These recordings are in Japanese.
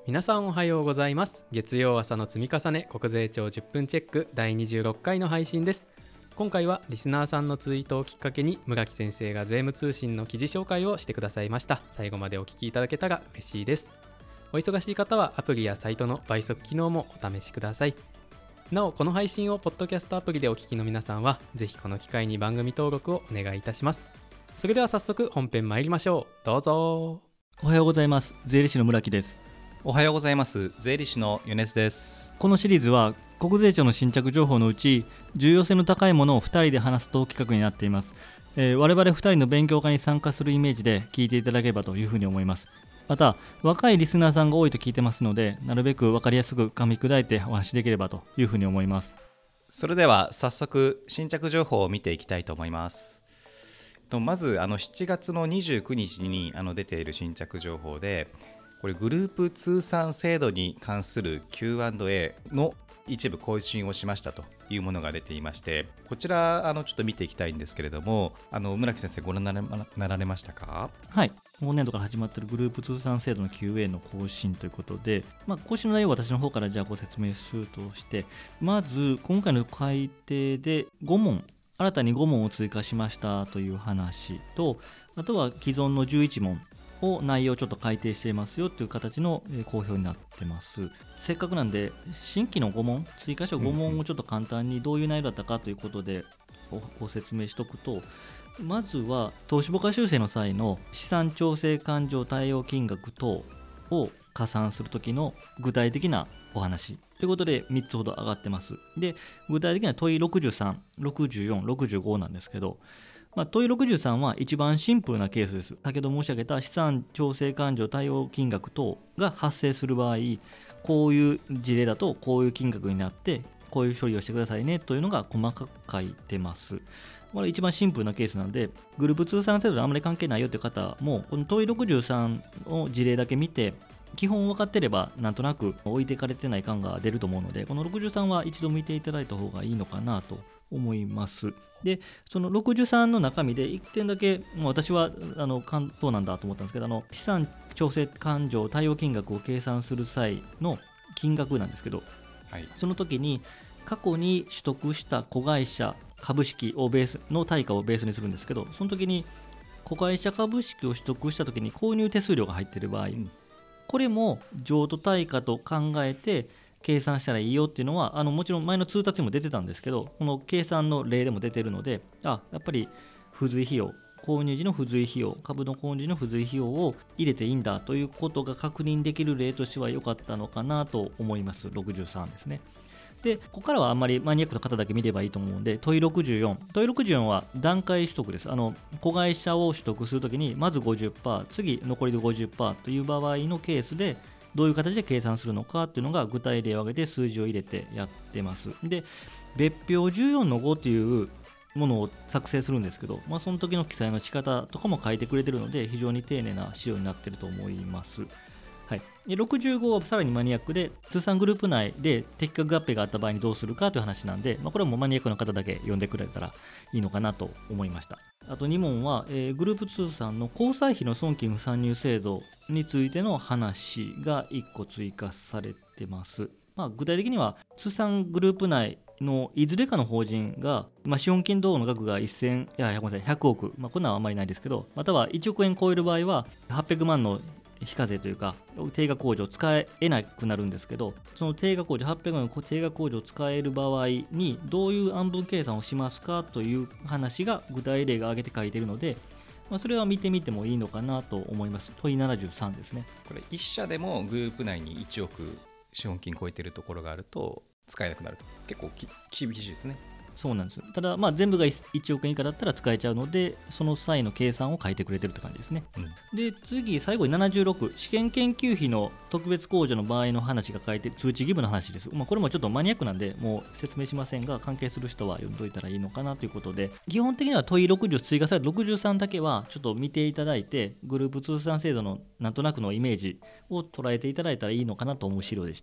皆さんおはようございます。月曜朝の積み重ね国税庁10分チェック第26回の配信です。今回はリスナーさんのツイートをきっかけに村木先生が税務通信の記事紹介をしてくださいました。最後までお聞きいただけたら嬉しいです。お忙しい方はアプリやサイトの倍速機能もお試しください。なおこの配信をポッドキャストアプリでお聞きの皆さんはぜひこの機会に番組登録をお願いいたします。それでは早速本編参りましょう。どうぞ。 おはようございます。税理士の村木です。 おはようございます。税理士の米津です。 このシリーズは国税庁の新着情報のうち重要性の高いものを2人で話すトーク企画になっています。我々2人の勉強会に参加するイメージで聞いていただければというふうに思います。また若いリスナーさんが多いと聞いてますので、なるべく分かりやすく噛み砕いてお話しできればというふうに思います。 それでは早速新着情報を見ていきたいと思います。まず7月の29日に出ている新着情報で、これグループ通算制度に関する Q&A の一部更新をしましたというものが出ていまして、こちらちょっと見ていきたいんですけれども、村木先生ご覧になられましたか？ はい、今年度から始まっているグループ通算制度の QA の更新ということで、更新の内容を私の方からじゃあご説明するとして、まず今回の改定で新たに5問を追加しましたという話と、あとは既存の11問を内容をちょっと改定していますよという形の公表になってます。せっかくなんで新規の5問追加賞5問をちょっと簡単にどういう内容だったかということでご説明しておくと、まずは投資母価修正の際の資産調整勘定対応金額等を加算するときの具体的なお話ということで3つほど上がってます。で、具体的には問い63、64、65なんですけど、問い63は一番シンプルなケースです。先ほど申し上げた資産調整勘定対応金額等が発生する場合、こういう事例だとこういう金額になってこういう処理をしてくださいねというのが細かく書いてます。これ一番シンプルなケースなので、グループ通算制度であまり関係ないよという方もこの問い63の事例だけ見て基本分かってればなんとなく置いていかれてない感が出ると思うので、この63は一度見ていただいた方がいいのかなと思います。で、その63の中身で1点だけ私は関東なんだと思ったんですけど、資産調整勘定対応金額を計算する際の金額なんですけど、はい、その時に過去に取得した子会社株式をベースの対価をベースにするんですけど、その時に子会社株式を取得した時に購入手数料が入っている場合、これも譲渡対価と考えて計算したらいいよっていうのはもちろん前の通達にも出てたんですけど、この計算の例でも出てるので、やっぱり付随費用、購入時の付随費用、株の購入時の付随費用を入れていいんだということが確認できる例としては良かったのかなと思います。63ですね。で、ここからはあんまりマニアックな方だけ見ればいいと思うので、問い64は段階取得です。子会社を取得するときにまず 50%、 次残りで 50% という場合のケースでどういう形で計算するのかっていうのが具体例を挙げて数字を入れてやってます。で、別表14の5というものを作成するんですけど、その時の記載の仕方とかも書いてくれてるので非常に丁寧な仕様になっていると思います。はい、で65はさらにマニアックで、通算グループ内で適格合併があった場合にどうするかという話なんで、これはもうマニアックな方だけ読んでくれたらいいのかなと思いました。あと2問は、グループ通算の交際費の損金不算入制度についての話が1個追加されてます。具体的には通算グループ内のいずれかの法人が、資本金等の額が100億、こんなんはあまりないですけど、または1億円超える場合は800万の非課税というか定額控除を使えなくなるんですけど、その定額控除800万の定額控除を使える場合にどういう案分計算をしますかという話が具体例が挙げて書いているので、それは見てみてもいいのかなと思います。問い73ですね。 これ1社でもグループ内に1億資本金超えているところがあると使えなくなると、結構厳しいですね。 そうなんです。ただ全部が1億円以下だったら使えちゃうので、その際の計算を書いてくれてるって感じですね。で、次最後に76、試験研究費の特別控除の場合の話が書いて、通知義務の話です。これもちょっとマニアックなんでもう説明しませんが、関係する人は読んどいたらいいのかなということで、基本的には問い60追加された63だけはちょっと見ていただいて、グループ通算制度のなんとなくのイメージを捉えていただいたらいいのかなと思う資料でした。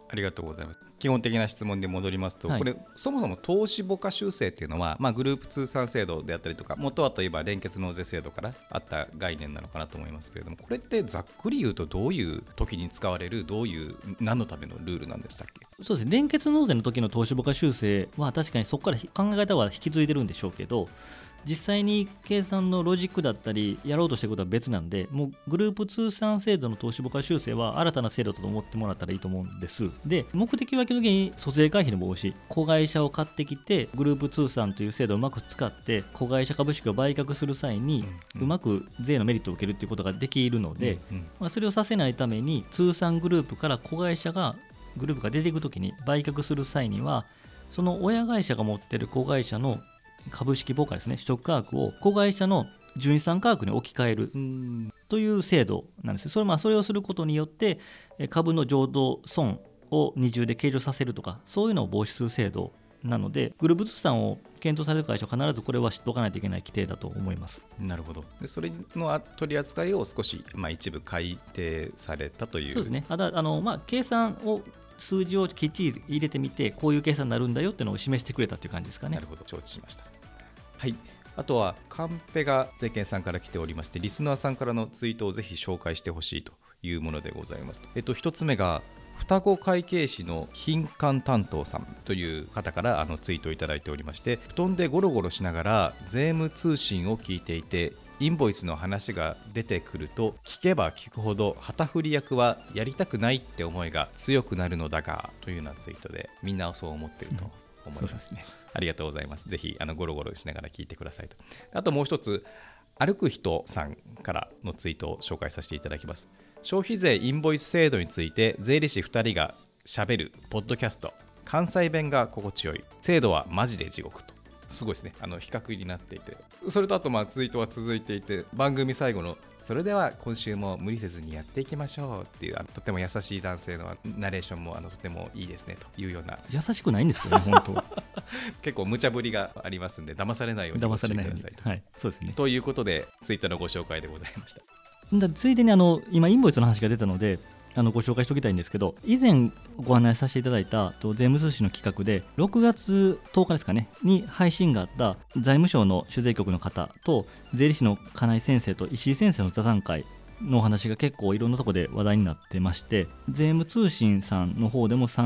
ありがとうございます。基本的な質問で戻りますと、 はい、 これそもそも投資母価修正っていうのは、グループ通算制度であったりとか、元はといえば連結納税制度からあった概念なのかなと思いますけれども、これってざっくり言うとどういう時に使われる、どういう何のためのルールなんでしたっけ？ そうですね、連結納税の時の投資母価修正は確かにそこから考え方は引き継いでるんでしょうけど、実際に計算のロジックだったりやろうとしていることは別なんで、もうグループ通算制度の投資母価修正は新たな制度だと思ってもらったらいいと思うんです。で、目的は基本的に租税回避の防止、子会社を買ってきてグループ通算という制度をうまく使って子会社株式を売却する際にうまく税のメリットを受けるということができるので、それをさせないために通算グループから子会社がグループが出ていくときに売却する際には、その親会社が持っている子会社の株式母価ですね、取得価格を子会社の純資産価格に置き換えるという制度なんです。それをすることによって株の浄土損を二重で計上させるとか、そういうのを防止する制度なので、グループ通算を検討される会社は必ずこれは知っておかないといけない規定だと思います。 なるほど。でそれの取り扱いを少し、一部改定されたという。 そうですね。計算を数字をきっちり入れてみて、こういう計算になるんだよっていうのを示してくれたという感じですかね。 なるほど、承知しました。はい、あとはカンペが税券さんから来ておりまして、リスナーさんからのツイートをぜひ紹介してほしいというものでございます。一つ目が双子会計士の品管担当さんという方からツイートをいただいておりまして、布団でゴロゴロしながら税務通信を聞いていて、インボイスの話が出てくると聞けば聞くほど旗振り役はやりたくないって思いが強くなるのだが、というようなツイートで、みんなそう思っていると思います、ね。ありがとうございます。ぜひゴロゴロしながら聞いてくださいと。あともう一つ、歩く人さんからのツイートを紹介させていただきます。消費税インボイス制度について税理士2人がしゃべるポッドキャスト、関西弁が心地よい、制度はマジで地獄と。すごいですね。比較になっていて、それとあとツイートは続いていて、番組最後のそれでは今週も無理せずにやっていきましょうっていうとても優しい男性のナレーションもとてもいいですねというような。 優しくないんですけどね、本当結構無茶ぶりがありますんで、騙されないようにご注意くださいと。 はい、そうですね。 ということでツイッターのご紹介でございました。 ついでに今インボイスの話が出たのでご紹介しておきたいんですけど、以前ご案内させていただいた税務通信の企画で6月10日ですかねに配信があった財務省の主税局の方と税理士の金井先生と石井先生の座談会のお話が結構いろんなところで話題になってまして、税務通信さんの方でも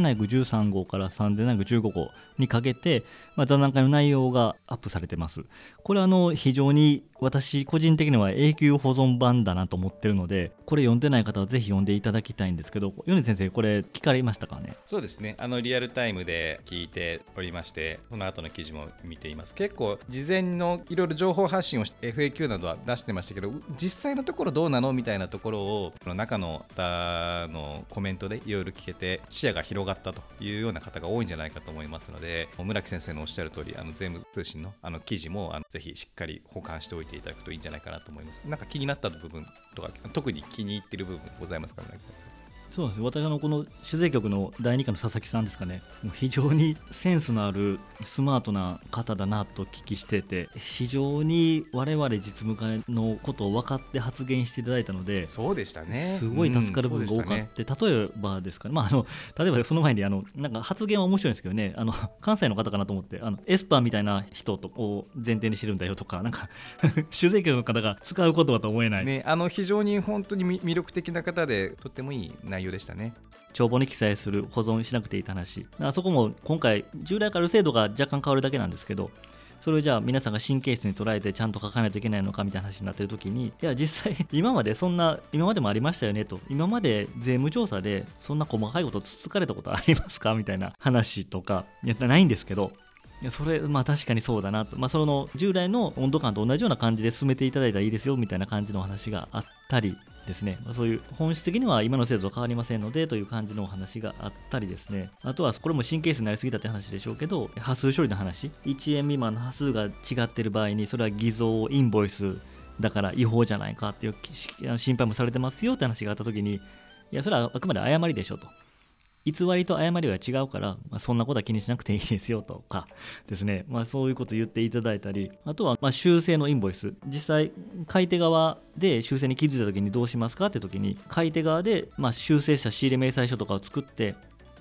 3713号から3715号にかけて、座談会の内容がアップされてます。これは非常に私個人的には永久保存版だなと思ってるので、これ読んでない方はぜひ読んでいただきたいんですけど、米津先生これ聞かれましたかね？ そうですね、リアルタイムで聞いておりまして、その後の記事も見ています。結構事前のいろいろ情報発信をして FAQ などは出してましたけど、実際のところどうなのみたいなところを中の方のコメントでいろいろ聞けて視野が広がったというような方が多いんじゃないかと思いますので、村木先生のおっしゃる通り税務通信の記事もぜひしっかり保管しておいていただくといいんじゃないかなと思います。なんか気になった部分とか特に気に入っている部分ございますか、村木先生？ そうですね、私この主税局の第2課の佐々木さんですかね、もう非常にセンスのあるスマートな方だなと聞きしてて、非常に我々実務家のことを分かって発言していただいたので、 そうでしたね、 すごい助かる部分が多かって、例えばですかね、例えばその前になんか発言は面白いんですけどね、関西の方かなと思って、エスパーみたいな人を前提にしてるんだよとか、なんか主税局の方が使う言葉と思えない、 ね、非常に本当に魅力的な方で、とってもいい内容でしたね。 帳簿に記載する、保存しなくていいって話、あそこも今回従来からある制度が若干変わるだけなんですけど、それをじゃあ皆さんが神経質に捉えてちゃんと書かないといけないのかみたいな話になってる時に、いや実際今までもありましたよねと、今まで税務調査でそんな細かいことつつかれたことありますかみたいな話とか、いやないんですけど、いやそれ確かにそうだなと、その従来の温度感と同じような感じで進めていただいたらいいですよみたいな感じのお話があったりですね、そういう本質的には今の制度と変わりませんのでという感じのお話があったりですね、あとはこれも神経質になりすぎたって話でしょうけど、波数処理の話、1円未満の波数が違っている場合にそれは偽造インボイスだから違法じゃないかっていう心配もされてますよって話があった時に、いやそれはあくまで誤りでしょと、偽りと誤りは違うから、そんなことは気にしなくていいですよとかですね、そういうことを言っていただいたり、あとは修正のインボイス、実際買い手側で修正に気づいた時にどうしますかって時に、買い手側で修正した仕入れ明細書とかを作って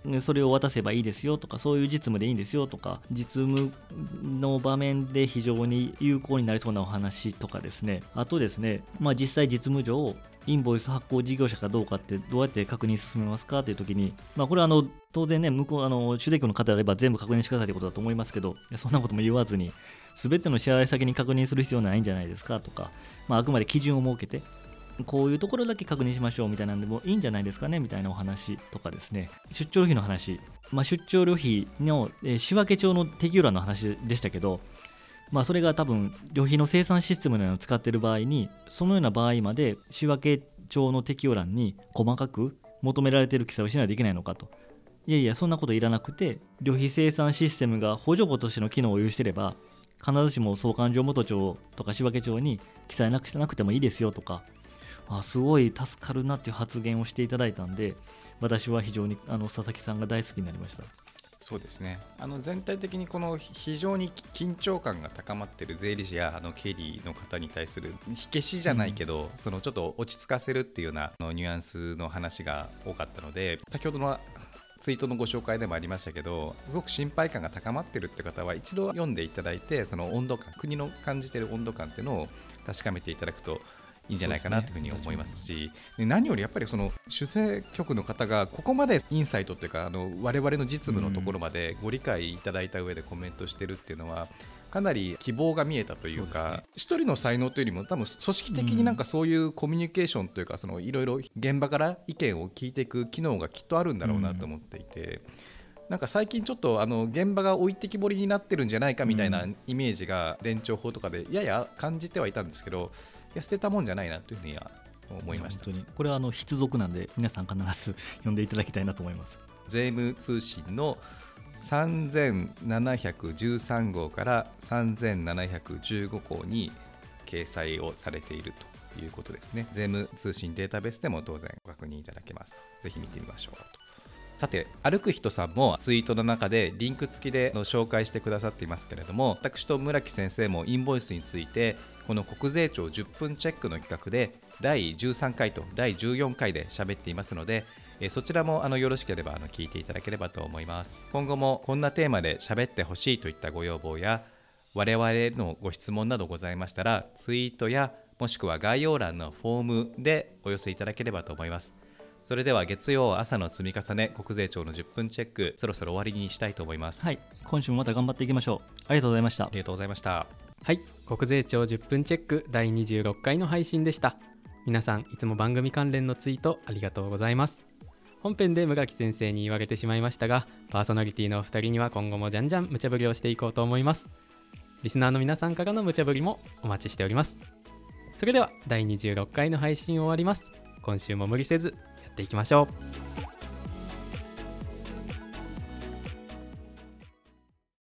それを渡せばいいですよとか、そういう実務でいいんですよとか、実務の場面で非常に有効になりそうなお話とかですね。あとですね、実際実務上インボイス発行事業者かどうかってどうやって確認進めますかという時に、これは当然ね、向こう主税局の方であれば全部確認してくださいということだと思いますけど、そんなことも言わずに全ての支払い先に確認する必要ないんじゃないですかとか、あくまで基準を設けてこういうところだけ確認しましょうみたいなんでもいいんじゃないですかねみたいなお話とかですね。出張旅費の話、出張旅費の、仕分け帳の適用欄の話でしたけど、それが多分旅費の生産システムのようなのを使っている場合に、そのような場合まで仕分け帳の適用欄に細かく求められている記載をしないといけないのかと。いやいや、そんなこといらなくて、旅費生産システムが補助簿としての機能を有していれば、必ずしも総勘定元帳とか仕分け帳に記載なくてもいいですよとか、すごい助かるなっていう発言をしていただいたんで、私は非常に佐々木さんが大好きになりました。 そうですね、全体的にこの非常に緊張感が高まっている税理士や経理の方に対する火消しじゃないけど、そのちょっと落ち着かせるっていうようなニュアンスの話が多かったので、先ほどのツイートのご紹介でもありましたけど、すごく心配感が高まっているって方は一度読んでいただいて、その温度感、国の感じている温度感っていうのを確かめていただくといいんじゃないかなというふうに思いますし、で何よりやっぱりその主税局の方がここまでインサイトというか我々の実務のところまでご理解いただいた上でコメントしてるっていうのはかなり希望が見えたというか、一人の才能というよりも多分組織的になんかそういうコミュニケーションというか、いろいろ現場から意見を聞いていく機能がきっとあるんだろうなと思っていて、なんか最近ちょっと現場が置いてきぼりになってるんじゃないかみたいなイメージが連調法とかでやや感じてはいたんですけど、捨てたもんじゃないなというふうには思いました。 本当にこれは必読なんで皆さん必ず読んでいただきたいなと思います。 税務通信の3713号から3715号に掲載をされているということですね。税務通信データベースでも当然ご確認いただけますと、ぜひ見てみましょうと。さて、歩く人さんもツイートの中でリンク付きで紹介してくださっていますけれども、私と村木先生もインボイスについてこの国税庁10分チェックの企画で第13回と第14回で喋っていますので、そちらもよろしければ聞いていただければと思います。今後もこんなテーマで喋ってほしいといったご要望や我々のご質問などございましたら、ツイートやもしくは概要欄のフォームでお寄せいただければと思います。それでは月曜朝の積み重ね国税庁の10分チェック、そろそろ終わりにしたいと思います。 はい、今週もまた頑張っていきましょう。ありがとうございました。 ありがとうございました。 はい、国税庁10分チェック第26回の配信でした。皆さんいつも番組関連のツイートありがとうございます。本編で村木先生に言われてしまいましたが、パーソナリティのお二人には今後もじゃんじゃん無茶ぶりをしていこうと思います。リスナーの皆さんからの無茶ぶりもお待ちしております。それでは第26回の配信を終わります。今週も無理せずやっていきましょう。